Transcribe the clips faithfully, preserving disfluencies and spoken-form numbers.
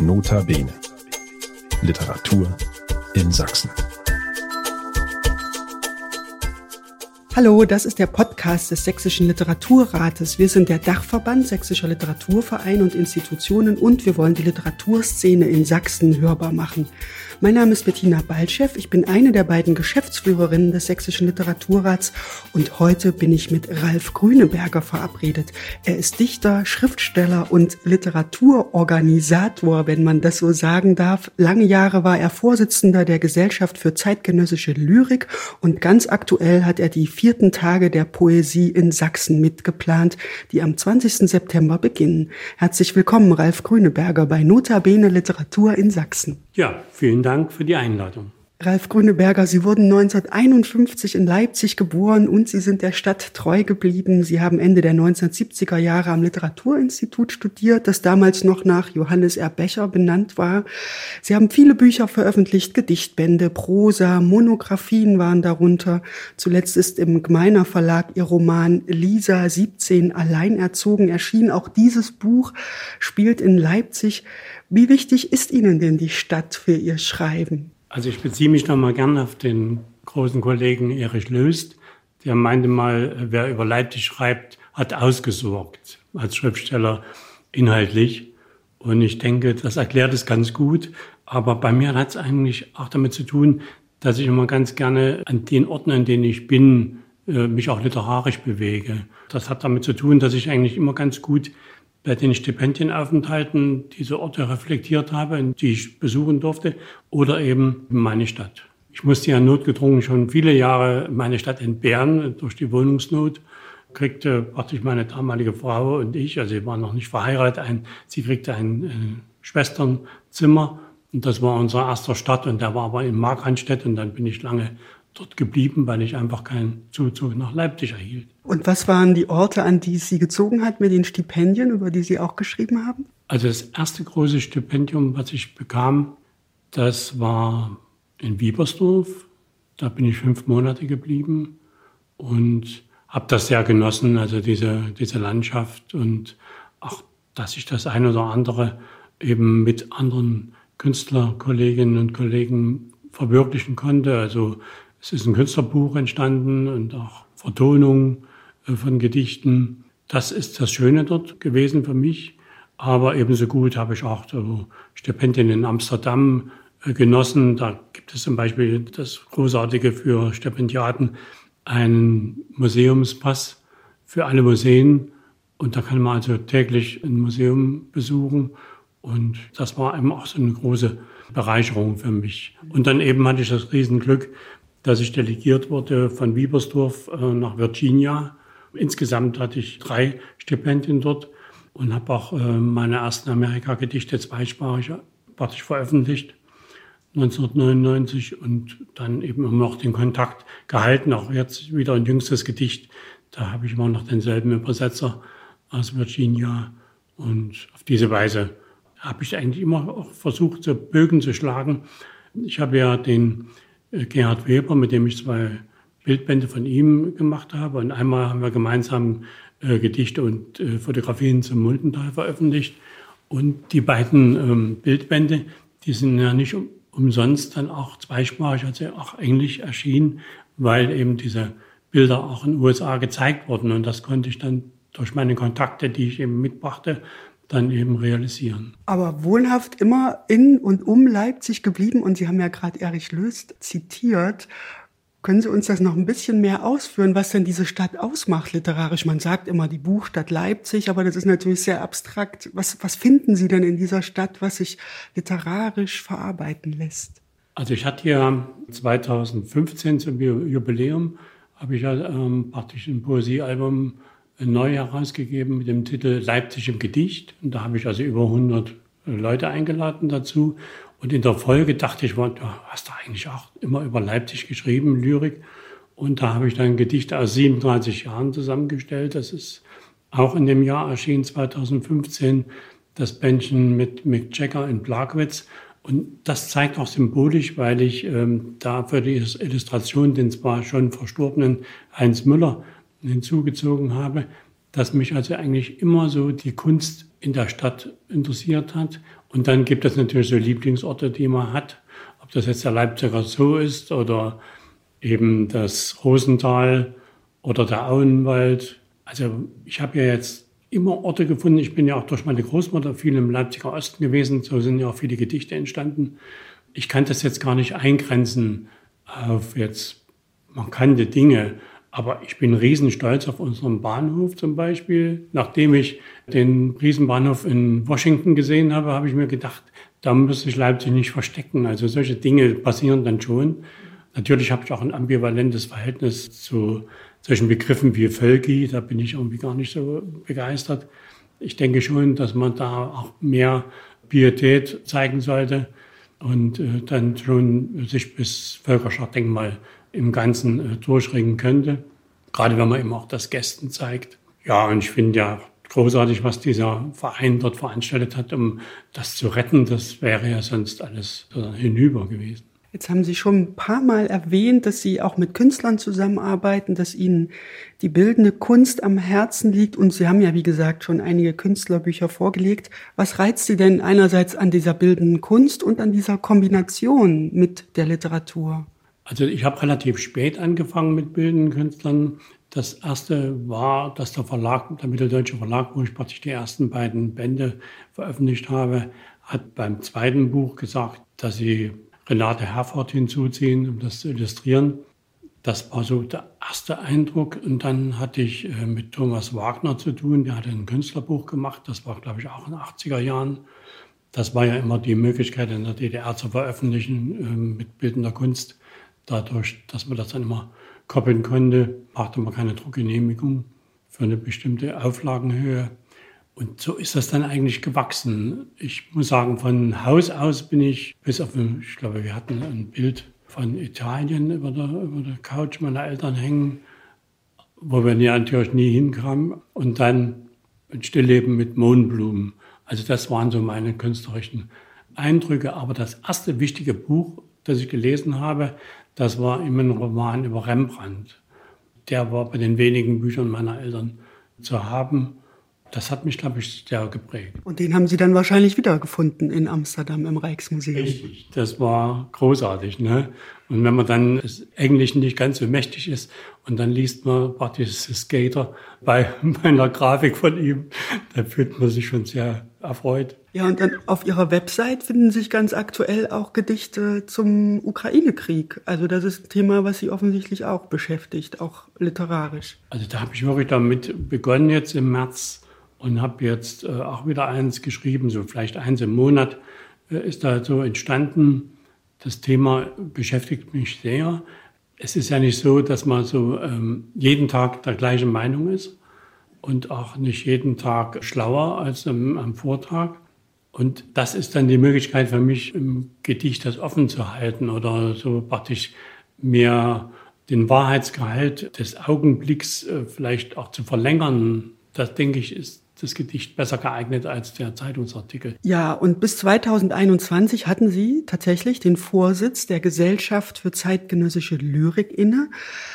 Nota Bene. Literatur in Sachsen. Hallo, das ist der Podcast des Sächsischen Literaturrates. Wir sind der Dachverband Sächsischer Literaturvereine und Institutionen und wir wollen die Literaturszene in Sachsen hörbar machen. Mein Name ist Bettina Baltschew, ich bin eine der beiden Geschäftsführerinnen des Sächsischen Literaturrats und heute bin ich mit Ralf Grüneberger verabredet. Er ist Dichter, Schriftsteller und Literaturorganisator, wenn man das so sagen darf. Lange Jahre war er Vorsitzender der Gesellschaft für zeitgenössische Lyrik und ganz aktuell hat er die vierten Tage der Poesie in Sachsen mitgeplant, die am zwanzigsten September beginnen. Herzlich willkommen, Ralf Grüneberger, bei Nota Bene Literatur in Sachsen. Ja, vielen Dank für die Einladung. Ralf Grüneberger, Sie wurden neunzehnhunderteinundfünfzig in Leipzig geboren und Sie sind der Stadt treu geblieben. Sie haben Ende der neunzehnhundertsiebziger Jahre am Literaturinstitut studiert, das damals noch nach Johannes R. Becher benannt war. Sie haben viele Bücher veröffentlicht, Gedichtbände, Prosa, Monographien waren darunter. Zuletzt ist im Gmeiner Verlag Ihr Roman Lisa siebzehn alleinerzogen erschienen. Auch dieses Buch spielt in Leipzig. Wie wichtig ist Ihnen denn die Stadt für Ihr Schreiben? Also ich beziehe mich noch mal gern auf den großen Kollegen Erich Löst, der meinte mal, wer über Leipzig schreibt, hat ausgesorgt als Schriftsteller inhaltlich. Und ich denke, das erklärt es ganz gut. Aber bei mir hat es eigentlich auch damit zu tun, dass ich immer ganz gerne an den Orten, an denen ich bin, mich auch literarisch bewege. Das hat damit zu tun, dass ich eigentlich immer ganz gut bei den Stipendienaufenthalten diese Orte reflektiert habe, die ich besuchen durfte, oder eben meine Stadt. Ich musste ja notgedrungen schon viele Jahre meine Stadt entbehren durch die Wohnungsnot. Kriegte praktisch meine damalige Frau und ich, also wir waren noch nicht verheiratet, ein, sie kriegte ein äh, Schwesternzimmer und das war unsere erste Stadt und der war aber in Markranstädt und dann bin ich lange dort geblieben, weil ich einfach keinen Zuzug nach Leipzig erhielt. Und was waren die Orte, an die Sie gezogen hat mit den Stipendien, über die Sie auch geschrieben haben? Also das erste große Stipendium, was ich bekam, das war in Wiebersdorf. Da bin ich fünf Monate geblieben und habe das sehr genossen, also diese, diese Landschaft und auch, dass ich das ein oder andere eben mit anderen Künstlerkolleginnen und Kollegen verwirklichen konnte. Also es ist ein Künstlerbuch entstanden und auch Vertonung von Gedichten. Das ist das Schöne dort gewesen für mich. Aber ebenso gut habe ich auch so Stipendien in Amsterdam genossen. Da gibt es zum Beispiel das Großartige für Stipendiaten, einen Museumspass für alle Museen. Und da kann man also täglich ein Museum besuchen. Und das war eben auch so eine große Bereicherung für mich. Und dann eben hatte ich das Riesenglück, dass ich delegiert wurde von Wiebersdorf äh, nach Virginia. Insgesamt hatte ich drei Stipendien dort und habe auch äh, meine ersten Amerika-Gedichte zweisprachig praktisch veröffentlicht, neunzehnhundertneunundneunzig, und dann eben immer noch den Kontakt gehalten. Auch jetzt wieder ein jüngstes Gedicht, da habe ich immer noch denselben Übersetzer aus Virginia. Und auf diese Weise habe ich eigentlich immer auch versucht, so Bögen zu schlagen. Ich habe ja den Gerhard Weber, mit dem ich zwei Bildbände von ihm gemacht habe. Und einmal haben wir gemeinsam äh, Gedichte und äh, Fotografien zum Muldental veröffentlicht. Und die beiden ähm, Bildbände, die sind ja nicht um, umsonst dann auch zweisprachig, also auch englisch erschienen, weil eben diese Bilder auch in den U S A gezeigt wurden. Und das konnte ich dann durch meine Kontakte, die ich eben mitbrachte, dann eben realisieren. Aber wohnhaft immer in und um Leipzig geblieben und Sie haben ja gerade Erich Löst zitiert. Können Sie uns das noch ein bisschen mehr ausführen, was denn diese Stadt ausmacht literarisch? Man sagt immer die Buchstadt Leipzig, aber das ist natürlich sehr abstrakt. Was, was finden Sie denn in dieser Stadt, was sich literarisch verarbeiten lässt? Also ich hatte ja zweitausendfünfzehn zum Jubiläum, habe ich ja ähm, praktisch ein Poesiealbum neu herausgegeben mit dem Titel Leipzig im Gedicht. Und da habe ich also über hundert Leute eingeladen dazu. Und in der Folge dachte ich, du hast doch eigentlich auch immer über Leipzig geschrieben, Lyrik. Und da habe ich dann Gedichte aus siebenunddreißig Jahren zusammengestellt. Das ist auch in dem Jahr erschienen, zweitausendfünfzehn, das Bändchen mit Mick Jagger in Plagwitz. Und das zeigt auch symbolisch, weil ich ähm, da für die Illustration den zwar schon verstorbenen Heinz Müller hinzugezogen habe, dass mich also eigentlich immer so die Kunst in der Stadt interessiert hat. Und dann gibt es natürlich so Lieblingsorte, die man hat. Ob das jetzt der Leipziger Zoo ist oder eben das Rosental oder der Auenwald. Also ich habe ja jetzt immer Orte gefunden. Ich bin ja auch durch meine Großmutter viel im Leipziger Osten gewesen. So sind ja auch viele Gedichte entstanden. Ich kann das jetzt gar nicht eingrenzen auf jetzt markante Dinge. Aber ich bin riesenstolz auf unseren Bahnhof zum Beispiel. Nachdem ich den Riesenbahnhof in Washington gesehen habe, habe ich mir gedacht, da muss sich Leipzig nicht verstecken. Also solche Dinge passieren dann schon. Natürlich habe ich auch ein ambivalentes Verhältnis zu solchen Begriffen wie Völki. Da bin ich irgendwie gar nicht so begeistert. Ich denke schon, dass man da auch mehr Pietät zeigen sollte und äh, dann schon sich bis Völkerschatzdenkmal im Ganzen äh, durchringen könnte. Gerade wenn man eben auch das Gästen zeigt. Ja, und ich finde ja großartig, was dieser Verein dort veranstaltet hat, um das zu retten. Das wäre ja sonst alles äh, hinüber gewesen. Jetzt haben Sie schon ein paar Mal erwähnt, dass Sie auch mit Künstlern zusammenarbeiten, dass Ihnen die bildende Kunst am Herzen liegt. Und Sie haben ja, wie gesagt, schon einige Künstlerbücher vorgelegt. Was reizt Sie denn einerseits an dieser bildenden Kunst und an dieser Kombination mit der Literatur? Also ich habe relativ spät angefangen mit bildenden Künstlern. Das erste war, dass der Verlag, der Mitteldeutsche Verlag, wo ich praktisch die ersten beiden Bände veröffentlicht habe, hat beim zweiten Buch gesagt, dass sie Renate Herford hinzuziehen, um das zu illustrieren. Das war so der erste Eindruck. Und dann hatte ich äh, mit Thomas Wagner zu tun. Der hatte ein Künstlerbuch gemacht. Das war, glaube ich, auch in den achtziger Jahren. Das war ja immer die Möglichkeit, in der D D R zu veröffentlichen äh, mit bildender Kunst. Dadurch, dass man das dann immer koppeln konnte, brauchte man keine Druckgenehmigung für eine bestimmte Auflagenhöhe. Und so ist das dann eigentlich gewachsen. Ich muss sagen, von Haus aus bin ich, bis auf, ich glaube, wir hatten ein Bild von Italien über der, über der Couch meiner Eltern hängen, wo wir natürlich nie hinkamen. Und dann ein Stillleben mit Mohnblumen. Also das waren so meine künstlerischen Eindrücke. Aber das erste wichtige Buch, das ich gelesen habe, das war immer ein Roman über Rembrandt. Der war bei den wenigen Büchern meiner Eltern zu haben. Das hat mich, glaube ich, sehr geprägt. Und den haben Sie dann wahrscheinlich wiedergefunden in Amsterdam im Rijksmuseum. Richtig, das war großartig, ne? Und wenn man dann das Englisch nicht ganz so mächtig ist und dann liest man praktisch Skater bei meiner Grafik von ihm, da fühlt man sich schon sehr erfreut. Ja, und dann auf Ihrer Website finden sich ganz aktuell auch Gedichte zum Ukraine-Krieg. Also das ist ein Thema, was Sie offensichtlich auch beschäftigt, auch literarisch. Also da habe ich wirklich damit begonnen jetzt im März und habe jetzt äh, auch wieder eins geschrieben, so vielleicht eins im Monat äh, ist da so entstanden. Das Thema beschäftigt mich sehr. Es ist ja nicht so, dass man so ähm, jeden Tag der gleichen Meinung ist und auch nicht jeden Tag schlauer als am, am Vortag. Und das ist dann die Möglichkeit für mich, im Gedicht das offen zu halten oder so praktisch mehr den Wahrheitsgehalt des Augenblicks äh, vielleicht auch zu verlängern. Das, denke ich, ist das Gedicht besser geeignet als der Zeitungsartikel. Ja, und bis zweitausendeinundzwanzig hatten Sie tatsächlich den Vorsitz der Gesellschaft für zeitgenössische Lyrik inne.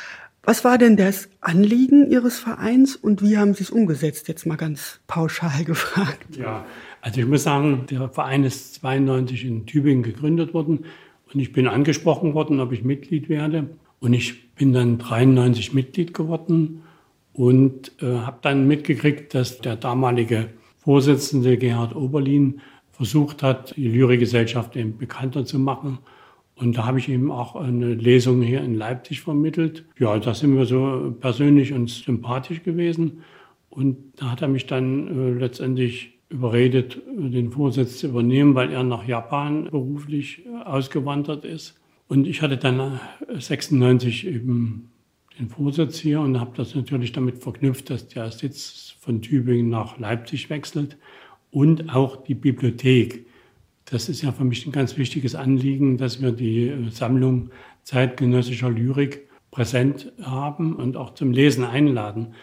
Was war denn das Anliegen Ihres Vereins und wie haben Sie es umgesetzt? Jetzt mal ganz pauschal gefragt. Ja, also ich muss sagen, der Verein ist zweiundneunzig in Tübingen gegründet worden und ich bin angesprochen worden, ob ich Mitglied werde. Und ich bin dann dreiundneunzig Mitglied geworden. Und äh, habe dann mitgekriegt, dass der damalige Vorsitzende Gerhard Oberlin versucht hat, die Lyrikgesellschaft eben bekannter zu machen. Und da habe ich ihm auch eine Lesung hier in Leipzig vermittelt. Ja, da sind wir so persönlich und sympathisch gewesen. Und da hat er mich dann äh, letztendlich überredet, den Vorsitz zu übernehmen, weil er nach Japan beruflich äh, ausgewandert ist. Und ich hatte dann äh, sechsundneunzig eben den Vorsitz hier und habe das natürlich damit verknüpft, dass der Sitz von Tübingen nach Leipzig wechselt und auch die Bibliothek. Das ist ja für mich ein ganz wichtiges Anliegen, dass wir die Sammlung zeitgenössischer Lyrik präsent haben und auch zum Lesen einladen.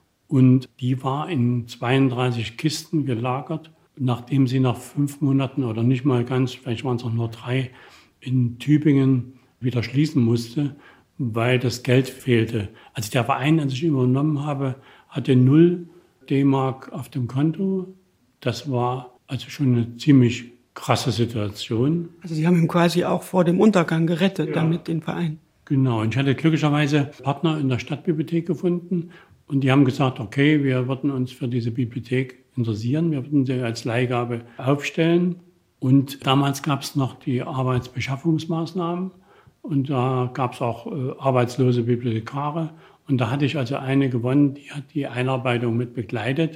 Und die war in zweiunddreißig Kisten gelagert, nachdem sie nach fünf Monaten oder nicht mal ganz, vielleicht waren es auch nur drei, in Tübingen wieder schließen musste, weil das Geld fehlte. Als ich der Verein an sich übernommen habe, hatte null D-Mark auf dem Konto. Das war also schon eine ziemlich krasse Situation. Also Sie haben ihn quasi auch vor dem Untergang gerettet, ja. Damit den Verein. Genau, und ich hatte glücklicherweise Partner in der Stadtbibliothek gefunden und die haben gesagt, okay, wir würden uns für diese Bibliothek interessieren, wir würden sie als Leihgabe aufstellen. Und damals gab es noch die Arbeitsbeschaffungsmaßnahmen und da gab es auch äh, arbeitslose Bibliothekare. Und da hatte ich also eine gewonnen, die hat die Einarbeitung mit begleitet.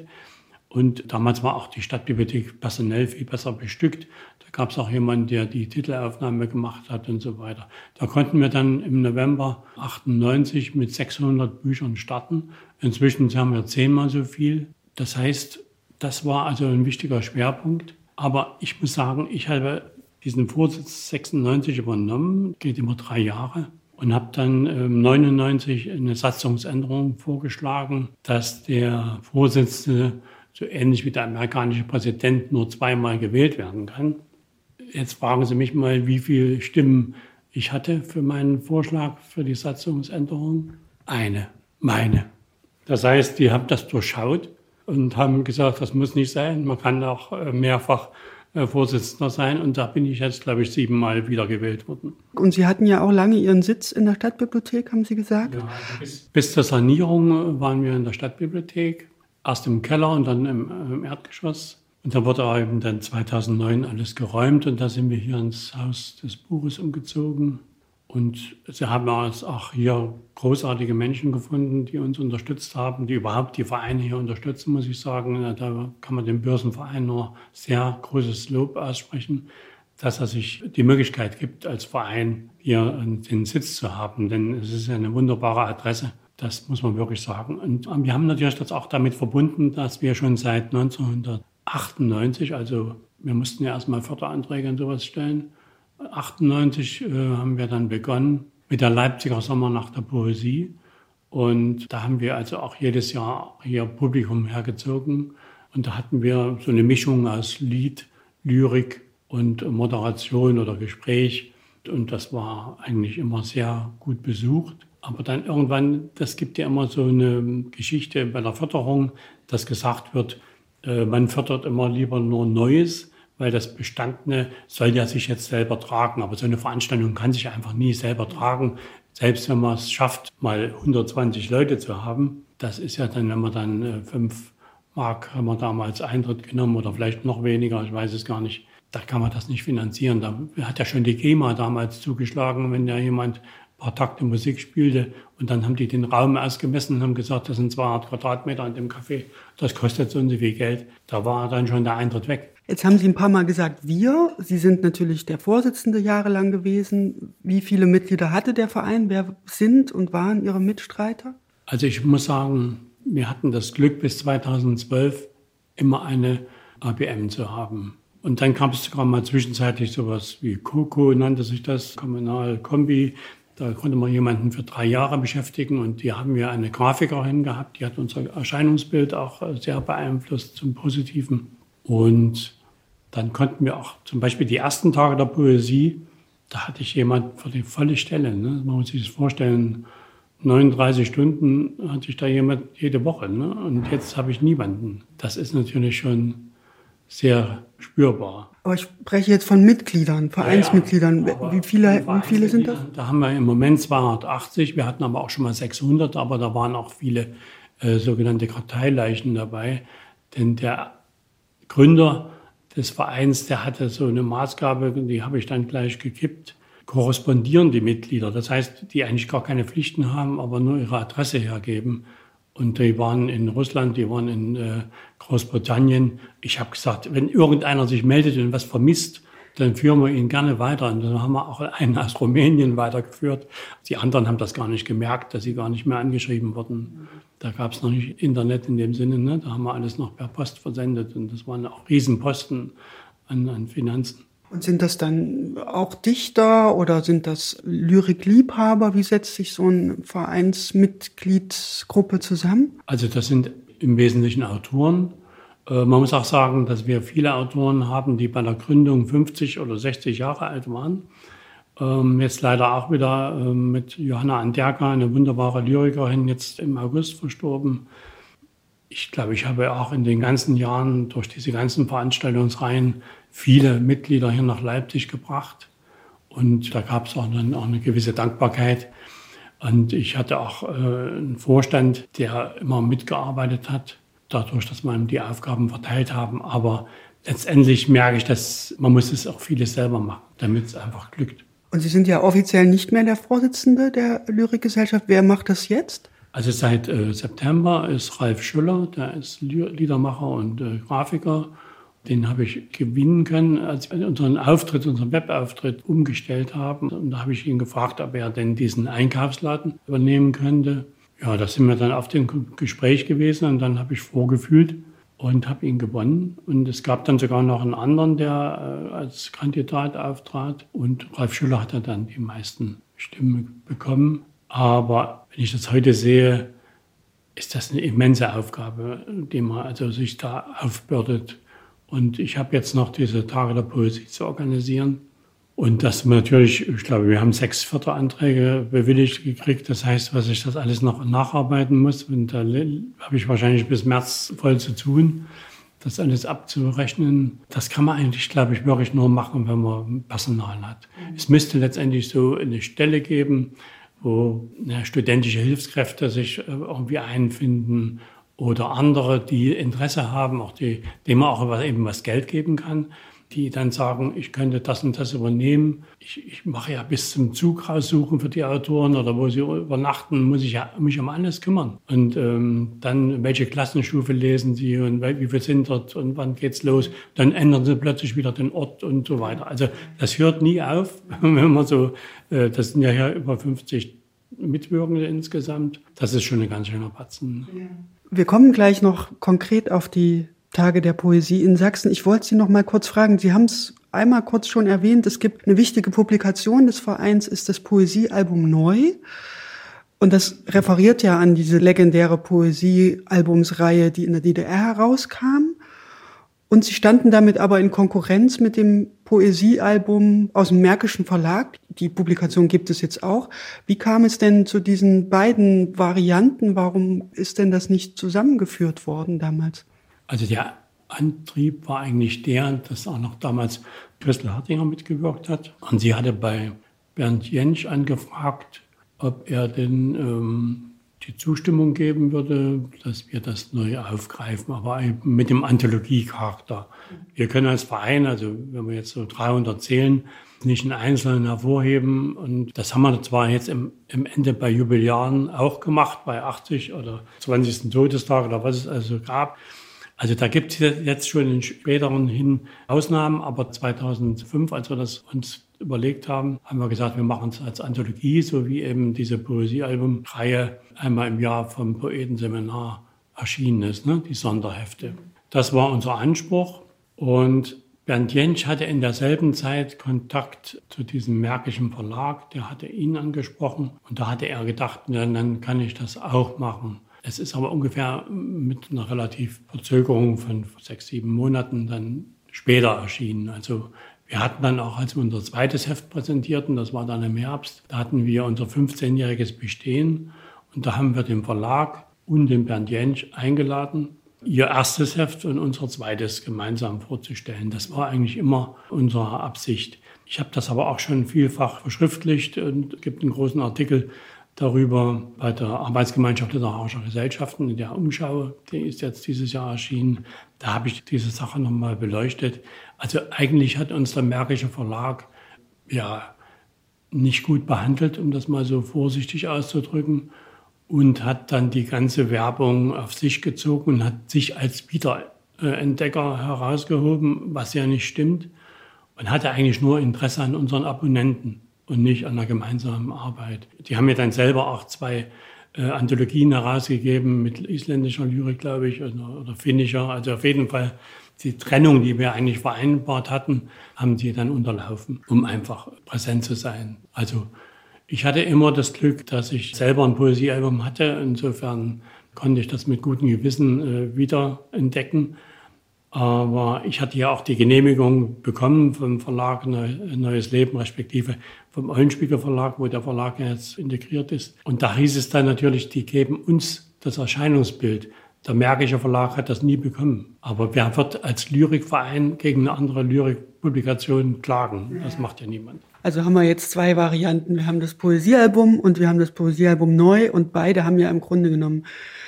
Und damals war auch die Stadtbibliothek personell viel besser bestückt. Da gab es auch jemanden, der die Titelaufnahme gemacht hat und so weiter. Da konnten wir dann im November achtundneunzig mit sechshundert Büchern starten. Inzwischen haben wir zehnmal so viel. Das heißt, das war also ein wichtiger Schwerpunkt. Aber ich muss sagen, ich habe diesen Vorsitz sechsundneunzig übernommen, geht immer drei Jahre. Und habe dann ähm, neunundneunzig eine Satzungsänderung vorgeschlagen, dass der Vorsitzende so ähnlich wie der amerikanische Präsident nur zweimal gewählt werden kann. Jetzt fragen Sie mich mal, wie viele Stimmen ich hatte für meinen Vorschlag für die Satzungsänderung. Eine, meine. Das heißt, die haben das durchschaut und haben gesagt, das muss nicht sein. Man kann auch mehrfach Vorsitzender sein. Und da bin ich jetzt, glaube ich, siebenmal wiedergewählt worden. Und Sie hatten ja auch lange Ihren Sitz in der Stadtbibliothek, haben Sie gesagt? Ja, also bis, bis zur Sanierung waren wir in der Stadtbibliothek. Erst im Keller und dann im, im Erdgeschoss. Und da wurde eben dann zweitausendneun alles geräumt. Und da sind wir hier ins Haus des Buches umgezogen. Und sie haben auch hier großartige Menschen gefunden, die uns unterstützt haben, die überhaupt die Vereine hier unterstützen, muss ich sagen. Da kann man dem Börsenverein nur sehr großes Lob aussprechen, dass er sich die Möglichkeit gibt, als Verein hier den Sitz zu haben. Denn es ist eine wunderbare Adresse, das muss man wirklich sagen. Und wir haben natürlich das auch damit verbunden, dass wir schon seit neunzehnhundertachtundneunzig, also wir mussten ja erstmal Förderanträge und sowas stellen, achtundneunzig äh, haben wir dann begonnen mit der Leipziger Sommernacht der Poesie. Und da haben wir also auch jedes Jahr hier Publikum hergezogen. Und da hatten wir so eine Mischung aus Lied, Lyrik und Moderation oder Gespräch. Und das war eigentlich immer sehr gut besucht. Aber dann irgendwann, das gibt ja immer so eine Geschichte bei der Förderung, dass gesagt wird, äh, man fördert immer lieber nur Neues, weil das Bestandene soll ja sich jetzt selber tragen. Aber so eine Veranstaltung kann sich einfach nie selber tragen. Selbst wenn man es schafft, mal hundertzwanzig Leute zu haben, das ist ja dann, wenn man dann äh, fünf Mark haben wir damals Eintritt genommen oder vielleicht noch weniger, ich weiß es gar nicht. Da kann man das nicht finanzieren. Da hat ja schon die GEMA damals zugeschlagen, wenn da jemand ein paar Takte Musik spielte. Und dann haben die den Raum ausgemessen und haben gesagt, das sind zweihundert Quadratmeter in dem Café. Das kostet so und so viel Geld. Da war dann schon der Eintritt weg. Jetzt haben Sie ein paar Mal gesagt, wir. Sie sind natürlich der Vorsitzende jahrelang gewesen. Wie viele Mitglieder hatte der Verein? Wer sind und waren Ihre Mitstreiter? Also ich muss sagen, wir hatten das Glück, bis zweitausendzwölf immer eine A B M zu haben. Und dann kam es sogar mal zwischenzeitlich sowas wie Coco, nannte sich das, Kommunalkombi. Da konnte man jemanden für drei Jahre beschäftigen. Und die haben wir eine Grafikerin gehabt, die hat unser Erscheinungsbild auch sehr beeinflusst zum Positiven. Und dann konnten wir auch zum Beispiel die ersten Tage der Poesie, da hatte ich jemand für die volle Stelle. Ne? Man muss sich das vorstellen, neununddreißig Stunden hatte ich da jemand jede Woche. Ne? Und jetzt habe ich niemanden. Das ist natürlich schon sehr spürbar. Aber ich spreche jetzt von Mitgliedern, Vereinsmitgliedern. Ja, ja. Wie viele, wie viele sind das? Da haben wir im Moment zweihundertachtzig. Wir hatten aber auch schon mal sechshundert, aber da waren auch viele äh, sogenannte Karteileichen dabei. Denn der Gründer des Vereins, der hatte so eine Maßgabe, die habe ich dann gleich gekippt, korrespondieren die Mitglieder. Das heißt, die eigentlich gar keine Pflichten haben, aber nur ihre Adresse hergeben. Und die waren in Russland, die waren in äh, Großbritannien. Ich habe gesagt, wenn irgendeiner sich meldet und was vermisst, dann führen wir ihn gerne weiter. Und dann haben wir auch einen aus Rumänien weitergeführt. Die anderen haben das gar nicht gemerkt, dass sie gar nicht mehr angeschrieben wurden. Da gab es noch nicht Internet in dem Sinne. Ne? Da haben wir alles noch per Post versendet. Und das waren auch Riesenposten an, an Finanzen. Und sind das dann auch Dichter oder sind das Lyrikliebhaber? Wie setzt sich so eine Vereinsmitgliedsgruppe zusammen? Also das sind im Wesentlichen Autoren. Man muss auch sagen, dass wir viele Autoren haben, die bei der Gründung fünfzig oder sechzig Jahre alt waren. Jetzt leider auch wieder mit Johanna Anderka, eine wunderbare Lyrikerin, jetzt im August verstorben. Ich glaube, ich habe auch in den ganzen Jahren durch diese ganzen Veranstaltungsreihen viele Mitglieder hier nach Leipzig gebracht. Und da gab es auch, dann auch eine gewisse Dankbarkeit. Und ich hatte auch äh, einen Vorstand, der immer mitgearbeitet hat, dadurch, dass wir die Aufgaben verteilt haben. Aber letztendlich merke ich, dass man muss es auch vieles selber machen, damit es einfach glückt. Und Sie sind ja offiziell nicht mehr der Vorsitzende der Lyrikgesellschaft. Wer macht das jetzt? Also seit äh, September ist Ralf Schüller, der ist Liedermacher und äh, Grafiker. Den habe ich gewinnen können, als wir unseren Auftritt, unseren Webauftritt umgestellt haben. Und da habe ich ihn gefragt, ob er denn diesen Einkaufsladen übernehmen könnte. Ja, da sind wir dann auf dem Gespräch gewesen und dann habe ich vorgefühlt und habe ihn gewonnen. Und es gab dann sogar noch einen anderen, der äh, als Kandidat auftrat. Und Ralf Schüller hat dann die meisten Stimmen bekommen. Aber wenn ich das heute sehe, ist das eine immense Aufgabe, die man also sich da aufbürdet. Und ich habe jetzt noch diese Tage der Poesie zu organisieren. Und das natürlich, ich glaube, wir haben sechs Förderanträge bewilligt gekriegt. Das heißt, was ich das alles noch nacharbeiten muss. Und da habe ich wahrscheinlich bis März voll zu tun, das alles abzurechnen. Das kann man eigentlich, glaube ich, wirklich nur machen, wenn man Personal hat. Mhm. Es müsste letztendlich so eine Stelle geben, wo ja, studentische Hilfskräfte sich irgendwie einfinden oder andere, die Interesse haben, auch die, denen man auch eben was Geld geben kann, die dann sagen, ich könnte das und das übernehmen. Ich, ich mache ja bis zum Zug raussuchen für die Autoren oder wo sie übernachten, muss ich ja mich um alles kümmern. Und ähm, dann, welche Klassenstufe lesen sie und wie viel sind dort und wann geht's los? Dann ändern sie plötzlich wieder den Ort und so weiter. Also das hört nie auf, wenn man so, äh, das sind ja hier über fünfzig Mitwirkende insgesamt. Das ist schon ein ganz schöner Batzen. Ja. Wir kommen gleich noch konkret auf die Tage der Poesie in Sachsen. Ich wollte Sie noch mal kurz fragen. Sie haben es einmal kurz schon erwähnt. Es gibt eine wichtige Publikation des Vereins, ist das Poesiealbum Neu. Und das referiert ja an diese legendäre Poesiealbumsreihe, die in der D D R herauskam. Und Sie standen damit aber in Konkurrenz mit dem Poesiealbum aus dem Märkischen Verlag. Die Publikation gibt es jetzt auch. Wie kam es denn zu diesen beiden Varianten? Warum ist denn das nicht zusammengeführt worden damals? Also der Antrieb war eigentlich der, dass auch noch damals Christel Hartinger mitgewirkt hat. Und sie hatte bei Bernd Jentsch angefragt, ob er denn ähm, die Zustimmung geben würde, dass wir das neu aufgreifen, aber eben mit dem Anthologie-Charakter. Wir können als Verein, also wenn wir jetzt so dreihundert zählen, nicht einen Einzelnen hervorheben. Und das haben wir zwar jetzt im, im Ende bei Jubiläaren auch gemacht, bei achtzig oder zwanzigsten Todestag oder was es also gab. Also da gibt es jetzt schon in späteren hin Ausnahmen, aber zweitausendfünf, als wir das uns überlegt haben, haben wir gesagt, wir machen es als Anthologie, so wie eben diese Poesiealbumreihe einmal im Jahr vom Poetenseminar erschienen ist, ne? Die Sonderhefte. Das war unser Anspruch und Bernd Jentsch hatte in derselben Zeit Kontakt zu diesem Märkischen Verlag, der hatte ihn angesprochen und da hatte er gedacht, na, dann kann ich das auch machen. Es ist aber ungefähr mit einer relativ Verzögerung von sechs, sieben Monaten dann später erschienen. Also wir hatten dann auch, als wir unser zweites Heft präsentierten, das war dann im Herbst, da hatten wir unser fünfzehnjähriges Bestehen und da haben wir den Verlag und den Bernd Jentsch eingeladen, ihr erstes Heft und unser zweites gemeinsam vorzustellen. Das war eigentlich immer unsere Absicht. Ich habe das aber auch schon vielfach verschriftlicht und es gibt einen großen Artikel darüber bei der Arbeitsgemeinschaft literarischer Gesellschaften in der Umschau, die ist jetzt dieses Jahr erschienen. Da habe ich diese Sache nochmal beleuchtet. Also eigentlich hat uns der Märkische Verlag ja nicht gut behandelt, um das mal so vorsichtig auszudrücken, und hat dann die ganze Werbung auf sich gezogen und hat sich als Wiederentdecker herausgehoben, was ja nicht stimmt, und hatte eigentlich nur Interesse an unseren Abonnenten und nicht an der gemeinsamen Arbeit. Die haben ja dann selber auch zwei äh, Anthologien herausgegeben mit isländischer Lyrik, glaube ich, oder, oder finnischer. Also auf jeden Fall die Trennung, die wir eigentlich vereinbart hatten, haben sie dann unterlaufen, um einfach präsent zu sein. Also ich hatte immer das Glück, dass ich selber ein Poesiealbum hatte. Insofern konnte ich das mit gutem Gewissen äh, wiederentdecken. Aber ich hatte ja auch die Genehmigung bekommen vom Verlag Neues Leben, respektive vom Eulenspiegel Verlag, wo der Verlag jetzt integriert ist. Und da hieß es dann natürlich, die geben uns das Erscheinungsbild Der Märkische Verlag hat das nie bekommen. Aber wer wird als Lyrikverein gegen eine andere Lyrikpublikation klagen? Das macht ja niemand. Also haben wir jetzt zwei Varianten. Wir haben das Poesiealbum und wir haben das Poesiealbum neu. Und beide haben ja im Grunde genommen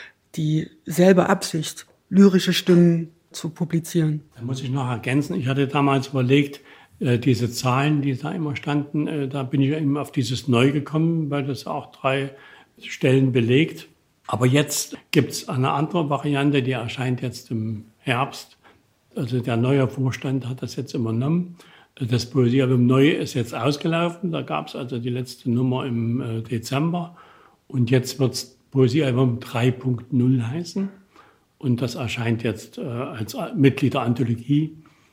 dieselbe Absicht, lyrische Stimmen zu publizieren. Da muss ich noch ergänzen. Ich hatte damals überlegt, diese Zahlen, die da immer standen, da bin ich eben auf dieses Neu gekommen, weil das auch drei Stellen belegt. Aber jetzt gibt es eine andere Variante, die erscheint jetzt im Herbst. Also der neue Vorstand hat das jetzt übernommen. Das Poesiealbum Neu ist jetzt ausgelaufen. Da gab es also die letzte Nummer im Dezember. Und jetzt wird es Poesiealbum drei Punkt null heißen. Und das erscheint jetzt als Mitglied der Anthologie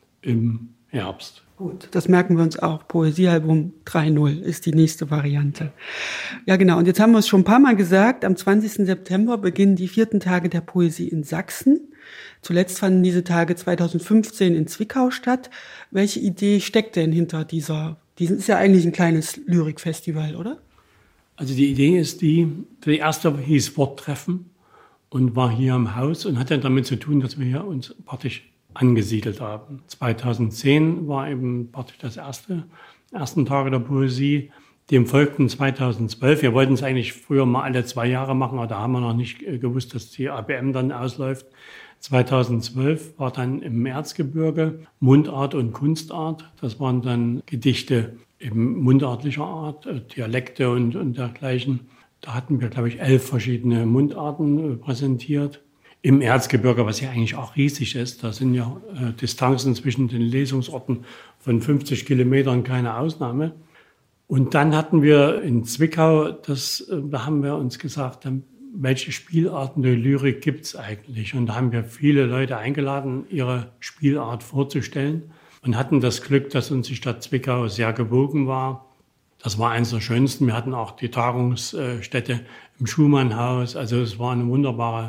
im Herbst. Gut, das merken wir uns auch. Poesiealbum drei Punkt null ist die nächste Variante. Ja, genau. Und jetzt haben wir es schon ein paar Mal gesagt. Am zwanzigsten September beginnen die vierten Tage der Poesie in Sachsen. Zuletzt fanden diese Tage zweitausendfünfzehn in Zwickau statt. Welche Idee steckt denn hinter dieser? Dieses ist ja eigentlich ein kleines Lyrikfestival, oder? Also die Idee ist die, die erste hieß Worttreffen und war hier im Haus und hat dann damit zu tun, dass wir hier uns praktisch angesiedelt haben. zweitausendzehn war eben praktisch das erste, ersten Tage der Poesie. Dem folgten zweitausendzwölf. Wir wollten es eigentlich früher mal alle zwei Jahre machen, aber da haben wir noch nicht gewusst, dass die A B M dann ausläuft. zweitausendzwölf war dann im Erzgebirge Mundart und Kunstart. Das waren dann Gedichte eben mundartlicher Art, Dialekte und, und dergleichen. Da hatten wir, glaube ich, elf verschiedene Mundarten präsentiert. Im Erzgebirge, was ja eigentlich auch riesig ist, da sind ja äh, Distanzen zwischen den Lesungsorten von fünfzig Kilometern keine Ausnahme. Und dann hatten wir in Zwickau, das, äh, da haben wir uns gesagt, welche Spielarten der Lyrik gibt es eigentlich? Und da haben wir viele Leute eingeladen, ihre Spielart vorzustellen und hatten das Glück, dass uns die Stadt Zwickau sehr gewogen war. Das war eines der schönsten. Wir hatten auch die Tagungsstätte im Schumannhaus. Also es war eine wunderbare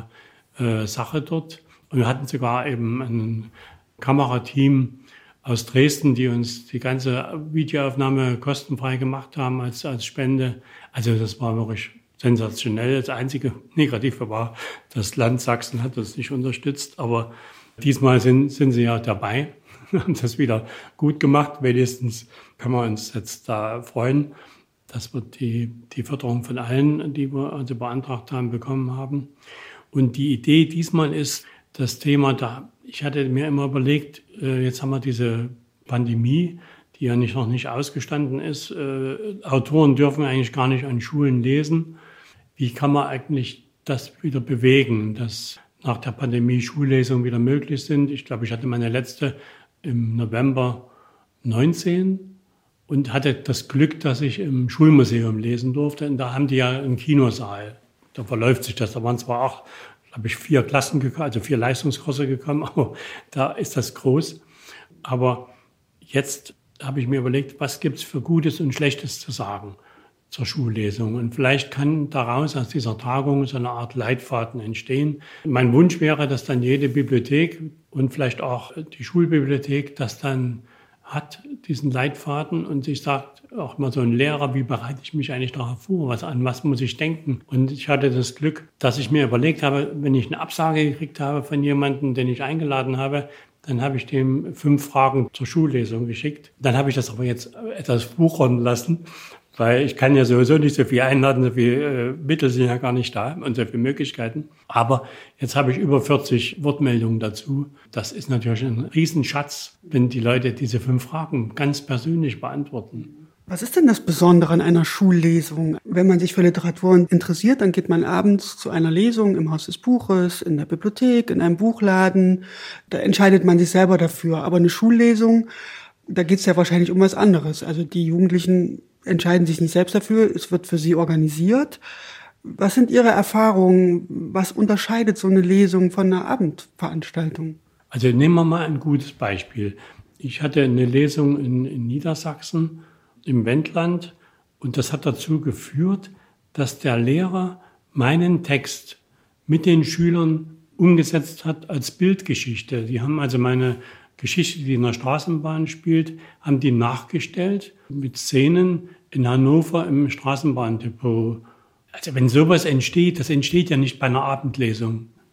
Sache dort. Und wir hatten sogar eben ein Kamerateam aus Dresden, die uns die ganze Videoaufnahme kostenfrei gemacht haben als, als Spende. Also das war wirklich sensationell. Das einzige Negative war, das Land Sachsen hat uns nicht unterstützt. Aber diesmal sind, sind sie ja dabei, haben das wieder gut gemacht. Wenigstens können wir uns jetzt da freuen, dass wir die, die Förderung von allen, die wir also beantragt haben, bekommen haben. Und die Idee diesmal ist das Thema, da ich hatte mir immer überlegt, äh, jetzt haben wir diese Pandemie, die ja nicht, noch nicht ausgestanden ist. Äh, Autoren dürfen eigentlich gar nicht an Schulen lesen. Wie kann man eigentlich das wieder bewegen, dass nach der Pandemie Schullesungen wieder möglich sind? Ich glaube, ich hatte meine letzte im November neunzehn und hatte das Glück, dass ich im Schulmuseum lesen durfte. Und da haben die ja einen Kinosaal. Da verläuft sich das. Da waren zwar auch, glaube ich, vier Klassen gekommen, also vier Leistungskurse gekommen, aber da ist das groß. Aber jetzt habe ich mir überlegt, was gibt es für Gutes und Schlechtes zu sagen zur Schullesung. Und vielleicht kann daraus aus dieser Tagung so eine Art Leitfaden entstehen. Mein Wunsch wäre, dass dann jede Bibliothek und vielleicht auch die Schulbibliothek das dann hat, diesen Leitfaden, und sich sagt, auch mal so ein Lehrer, wie bereite ich mich eigentlich darauf vor, was, an was muss ich denken? Und ich hatte das Glück, dass ich mir überlegt habe, wenn ich eine Absage gekriegt habe von jemandem, den ich eingeladen habe, dann habe ich dem fünf Fragen zur Schullesung geschickt. Dann habe ich das aber jetzt etwas wuchern lassen, weil ich kann ja sowieso nicht so viel einladen, so viele äh, Mittel sind ja gar nicht da und so viele Möglichkeiten. Aber jetzt habe ich über vierzig Wortmeldungen dazu. Das ist natürlich ein Riesenschatz, wenn die Leute diese fünf Fragen ganz persönlich beantworten. Was ist denn das Besondere an einer Schullesung? Wenn man sich für Literatur interessiert, dann geht man abends zu einer Lesung im Haus des Buches, in der Bibliothek, in einem Buchladen. Da entscheidet man sich selber dafür. Aber eine Schullesung, da geht es ja wahrscheinlich um was anderes. Also die Jugendlichen entscheiden sich nicht selbst dafür, es wird für sie organisiert. Was sind Ihre Erfahrungen? Was unterscheidet so eine Lesung von einer Abendveranstaltung? Also nehmen wir mal ein gutes Beispiel. Ich hatte eine Lesung in, in Niedersachsen, im Wendland, und das hat dazu geführt, dass der Lehrer meinen Text mit den Schülern umgesetzt hat als Bildgeschichte. Die haben also meine Geschichte, die in der Straßenbahn spielt, haben die nachgestellt mit Szenen in Hannover im Straßenbahndepot. Also wenn sowas entsteht, das entsteht ja nicht bei einer Abendlesung.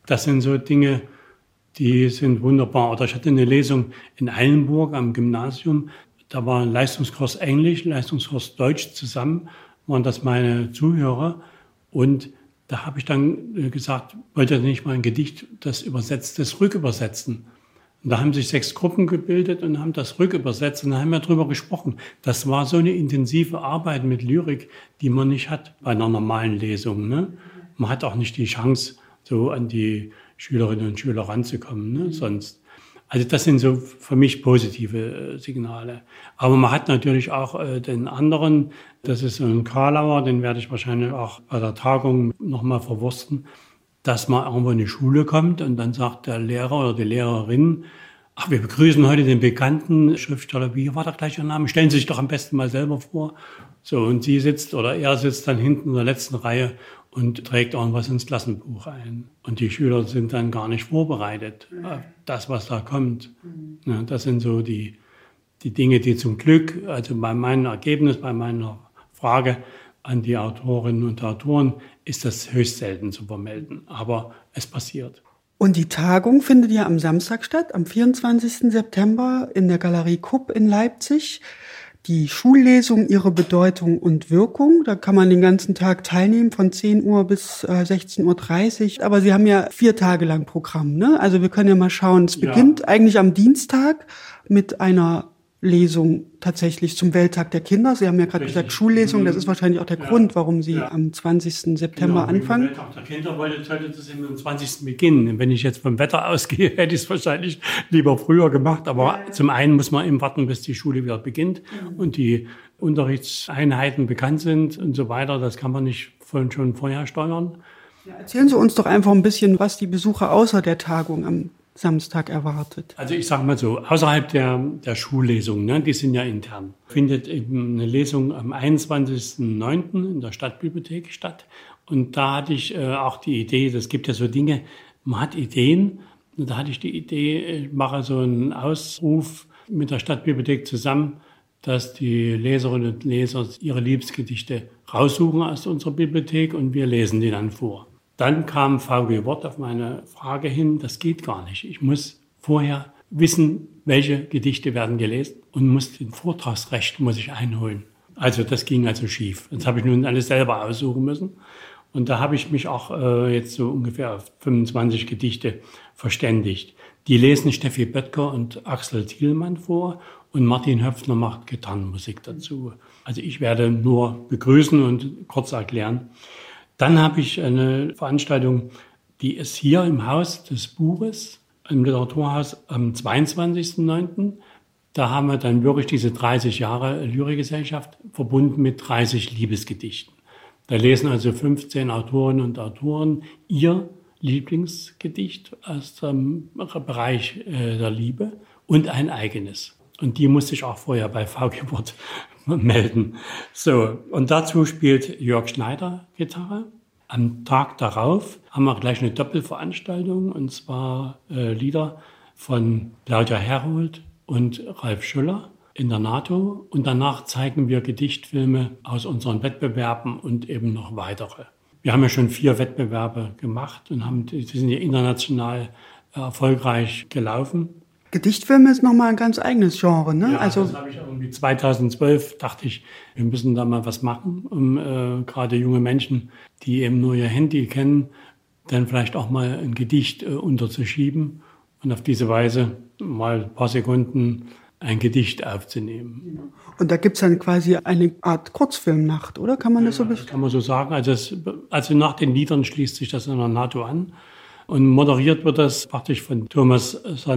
Das sind so Dinge, die sind wunderbar. Oder ich hatte eine Lesung in Eilenburg am Gymnasium. Da war ein Leistungskurs Englisch, Leistungskurs Deutsch zusammen, waren das meine Zuhörer. Und da habe ich dann gesagt, wollte nicht mal ein Gedicht, das Übersetztes rückübersetzen. Und da haben sich sechs Gruppen gebildet und haben das rückübersetzt und da haben wir drüber gesprochen. Das war so eine intensive Arbeit mit Lyrik, die man nicht hat bei einer normalen Lesung. Ne? Man hat auch nicht die Chance, so an die Schülerinnen und Schüler ranzukommen, ne? Sonst. Also das sind so für mich positive äh, Signale. Aber man hat natürlich auch äh, den anderen, das ist so ein Karlauer, den werde ich wahrscheinlich auch bei der Tagung nochmal verwursten, dass man irgendwo in die Schule kommt und dann sagt der Lehrer oder die Lehrerin, ach, wir begrüßen heute den bekannten Schriftsteller, wie war der gleiche Name? Stellen Sie sich doch am besten mal selber vor. So, und sie sitzt oder er sitzt dann hinten in der letzten Reihe und trägt irgendwas ins Klassenbuch ein. Und die Schüler sind dann gar nicht vorbereitet auf das, was da kommt. Ja, das sind so die, die Dinge, die zum Glück, also bei meinem Ergebnis, bei meiner Frage an die Autorinnen und Autoren, ist das höchst selten zu vermelden. Aber es passiert. Und die Tagung findet ja am Samstag statt, am vierundzwanzigsten September in der Galerie Kupp in Leipzig. Die Schullesung, ihre Bedeutung und Wirkung. Da kann man den ganzen Tag teilnehmen, von zehn Uhr bis äh, sechzehn Uhr dreißig. Aber Sie haben ja vier Tage lang Programm, ne? Also wir können ja mal schauen. Es beginnt ja eigentlich am Dienstag mit einer Lesung tatsächlich zum Welttag der Kinder. Sie haben ja gerade gesagt, Schullesung, das ist wahrscheinlich auch der ja. Grund, warum Sie ja. am zwanzigsten September genau, anfangen. Welttag der Kinder wollte, sollte das am zwanzigsten beginnen. Wenn ich jetzt vom Wetter ausgehe, hätte ich es wahrscheinlich lieber früher gemacht. Aber ja, ja. zum einen muss man eben warten, bis die Schule wieder beginnt mhm. und die Unterrichtseinheiten bekannt sind und so weiter. Das kann man nicht von, schon vorher steuern. Ja, erzählen Sie uns doch einfach ein bisschen, was die Besucher außer der Tagung am Samstag erwartet. Also ich sage mal so, außerhalb der, der Schullesung, ne, die sind ja intern, findet eben eine Lesung am einundzwanzigsten neunten in der Stadtbibliothek statt. Und da hatte ich äh, auch die Idee, das gibt ja so Dinge, man hat Ideen. Und da hatte ich die Idee, ich mache so einen Ausruf mit der Stadtbibliothek zusammen, dass die Leserinnen und Leser ihre Liebesgedichte raussuchen aus unserer Bibliothek und wir lesen die dann vor. Dann kam V G Wort auf meine Frage hin, das geht gar nicht. Ich muss vorher wissen, welche Gedichte werden gelesen und muss den Vortragsrecht muss ich einholen. Also das ging also schief. Das habe ich nun alles selber aussuchen müssen. Und da habe ich mich auch äh, jetzt so ungefähr auf fünfundzwanzig Gedichte verständigt. Die lesen Steffi Böttger und Axel Thielmann vor und Martin Höpfner macht Gitarrenmusik dazu. Also ich werde nur begrüßen und kurz erklären. Dann habe ich eine Veranstaltung, die ist hier im Haus des Buches, im Literaturhaus am zweiundzwanzigsten neunten Da haben wir dann wirklich diese dreißig Jahre Lyrikgesellschaft verbunden mit dreißig Liebesgedichten. Da lesen also fünfzehn Autorinnen und Autoren ihr Lieblingsgedicht aus dem Bereich der Liebe und ein eigenes. Und die musste ich auch vorher bei V G Wort melden. So, und dazu spielt Jörg Schneider Gitarre. Am Tag darauf haben wir gleich eine Doppelveranstaltung, und zwar äh, Lieder von Claudia Herold und Ralf Schüller in der NATO. Und danach zeigen wir Gedichtfilme aus unseren Wettbewerben und eben noch weitere. Wir haben ja schon vier Wettbewerbe gemacht und haben, die sind ja international erfolgreich gelaufen. Gedichtfilme ist nochmal ein ganz eigenes Genre, ne? Ja, also das habe ich irgendwie zweitausendzwölf, dachte ich, wir müssen da mal was machen, um äh, gerade junge Menschen, die eben nur ihr Handy kennen, dann vielleicht auch mal ein Gedicht äh, unterzuschieben und auf diese Weise mal ein paar Sekunden ein Gedicht aufzunehmen. Und da gibt's dann quasi eine Art Kurzfilmnacht, oder? Kann man das ja, so das kann man so sagen. Also, das, also nach den Liedern schließt sich das in der NATO an. Und moderiert wird das praktisch von Thomas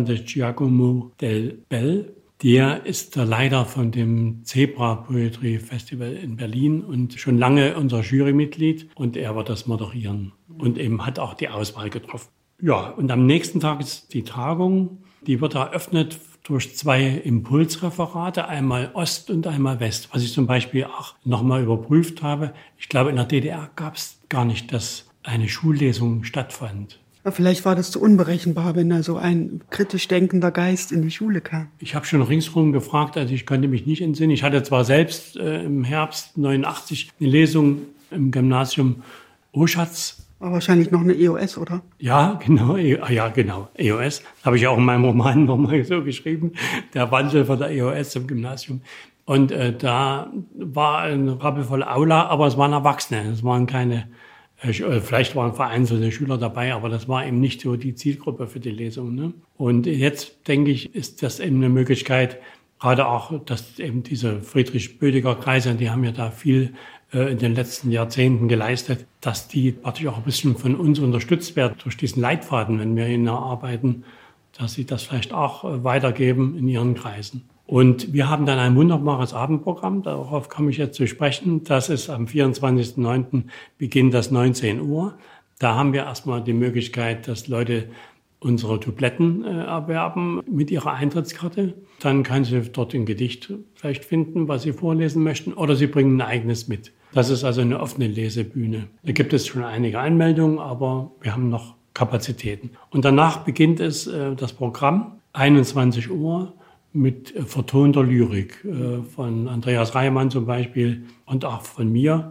Santiago del Bell. Der ist der Leiter von dem Zebra Poetry Festival in Berlin und schon lange unser Jurymitglied. Und er wird das moderieren und eben hat auch die Auswahl getroffen. Ja, und am nächsten Tag ist die Tagung. Die wird eröffnet durch zwei Impulsreferate, einmal Ost und einmal West. Was ich zum Beispiel auch nochmal überprüft habe. Ich glaube, in der D D R gab es gar nicht, dass eine Schullesung stattfand. Vielleicht war das zu unberechenbar, wenn da so ein kritisch denkender Geist in die Schule kam. Ich habe schon ringsherum gefragt, also ich konnte mich nicht entsinnen. Ich hatte zwar selbst äh, im Herbst neunundachtzig eine Lesung im Gymnasium Oschatz Aber wahrscheinlich noch eine E O S, oder? Ja, genau, ja, genau, E O S. Habe ich auch in meinem Roman nochmal so geschrieben, der Wandel von der E O S zum Gymnasium. Und äh, da war eine rappelvolle Aula, aber es waren Erwachsene, es waren keine, äh, vielleicht waren vereinzelte Schüler dabei, aber das war eben nicht so die Zielgruppe für die Lesung. Ne? Und jetzt, denke ich, ist das eben eine Möglichkeit, gerade auch, dass eben diese Friedrich-Bödeger-Kreise, die haben ja da viel äh, in den letzten Jahrzehnten geleistet, dass die praktisch auch ein bisschen von uns unterstützt werden durch diesen Leitfaden, wenn wir ihn erarbeiten, dass sie das vielleicht auch äh, weitergeben in ihren Kreisen. Und wir haben dann ein wunderbares Abendprogramm, darauf komme ich jetzt zu sprechen. Das ist am vierundzwanzigsten neunten beginnt das neunzehn Uhr. Da haben wir erstmal die Möglichkeit, dass Leute unsere Dubletten äh, erwerben mit ihrer Eintrittskarte. Dann kann sie dort ein Gedicht vielleicht finden, was sie vorlesen möchten, oder sie bringen ein eigenes mit. Das ist also eine offene Lesebühne. Da gibt es schon einige Anmeldungen, aber wir haben noch Kapazitäten. Und danach beginnt es äh, das Programm, einundzwanzig Uhr, mit äh, vertonter Lyrik äh, von Andreas Reimann zum Beispiel und auch von mir.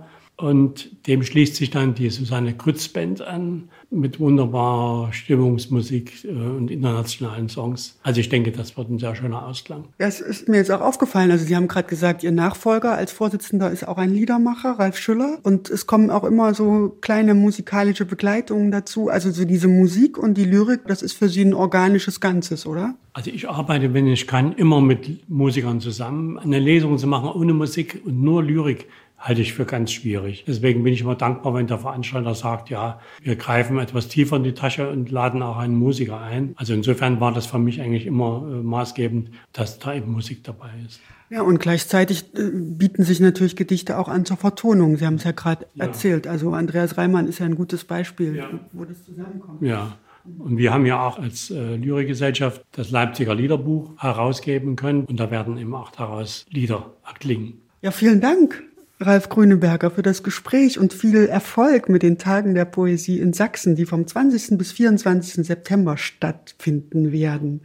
Und dem schließt sich dann die Susanne Grütz Band an mit wunderbarer Stimmungsmusik äh, und internationalen Songs. Also ich denke, das wird ein sehr schöner Ausklang. Ja, es ist mir jetzt auch aufgefallen. Also Sie haben gerade gesagt, Ihr Nachfolger als Vorsitzender ist auch ein Liedermacher, Ralf Schüller. Und es kommen auch immer so kleine musikalische Begleitungen dazu. Also so diese Musik und die Lyrik, das ist für Sie ein organisches Ganzes, oder? Also ich arbeite, wenn ich kann, immer mit Musikern zusammen. Eine Lesung zu machen ohne Musik und nur Lyrik halte ich für ganz schwierig. Deswegen bin ich immer dankbar, wenn der Veranstalter sagt, ja, wir greifen etwas tiefer in die Tasche und laden auch einen Musiker ein. Also insofern war das für mich eigentlich immer äh, maßgebend, dass da eben Musik dabei ist. Ja, und gleichzeitig äh, bieten sich natürlich Gedichte auch an zur Vertonung. Sie haben es ja gerade ja. erzählt. Also Andreas Reimann ist ja ein gutes Beispiel, ja. wo das zusammenkommt. Ja. Und wir haben ja auch als äh, Lyrikgesellschaft das Leipziger Liederbuch herausgeben können. Und da werden eben auch daraus Lieder erklingen. Ja, vielen Dank, Ralf Grüneberger, für das Gespräch und viel Erfolg mit den Tagen der Poesie in Sachsen, die vom zwanzigsten bis vierundzwanzigsten September stattfinden werden.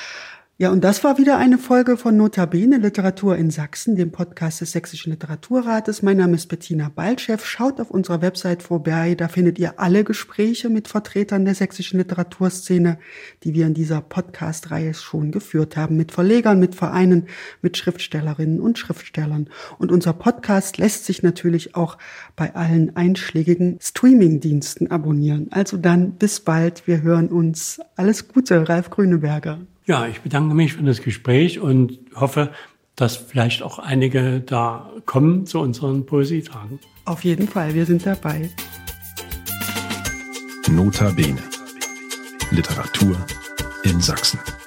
Ja, und das war wieder eine Folge von Notabene Literatur in Sachsen, dem Podcast des Sächsischen Literaturrates. Mein Name ist Bettina Baltschew. Schaut auf unserer Website vorbei, da findet ihr alle Gespräche mit Vertretern der sächsischen Literaturszene, die wir in dieser Podcast-Reihe schon geführt haben, mit Verlegern, mit Vereinen, mit Schriftstellerinnen und Schriftstellern. Und unser Podcast lässt sich natürlich auch bei allen einschlägigen Streaming-Diensten abonnieren. Also dann bis bald, wir hören uns. Alles Gute, Ralf Grüneberger. Ja, ich bedanke mich für das Gespräch und hoffe, dass vielleicht auch einige da kommen zu unseren Poesietagen. Auf jeden Fall, wir sind dabei. Notabene. Literatur in Sachsen.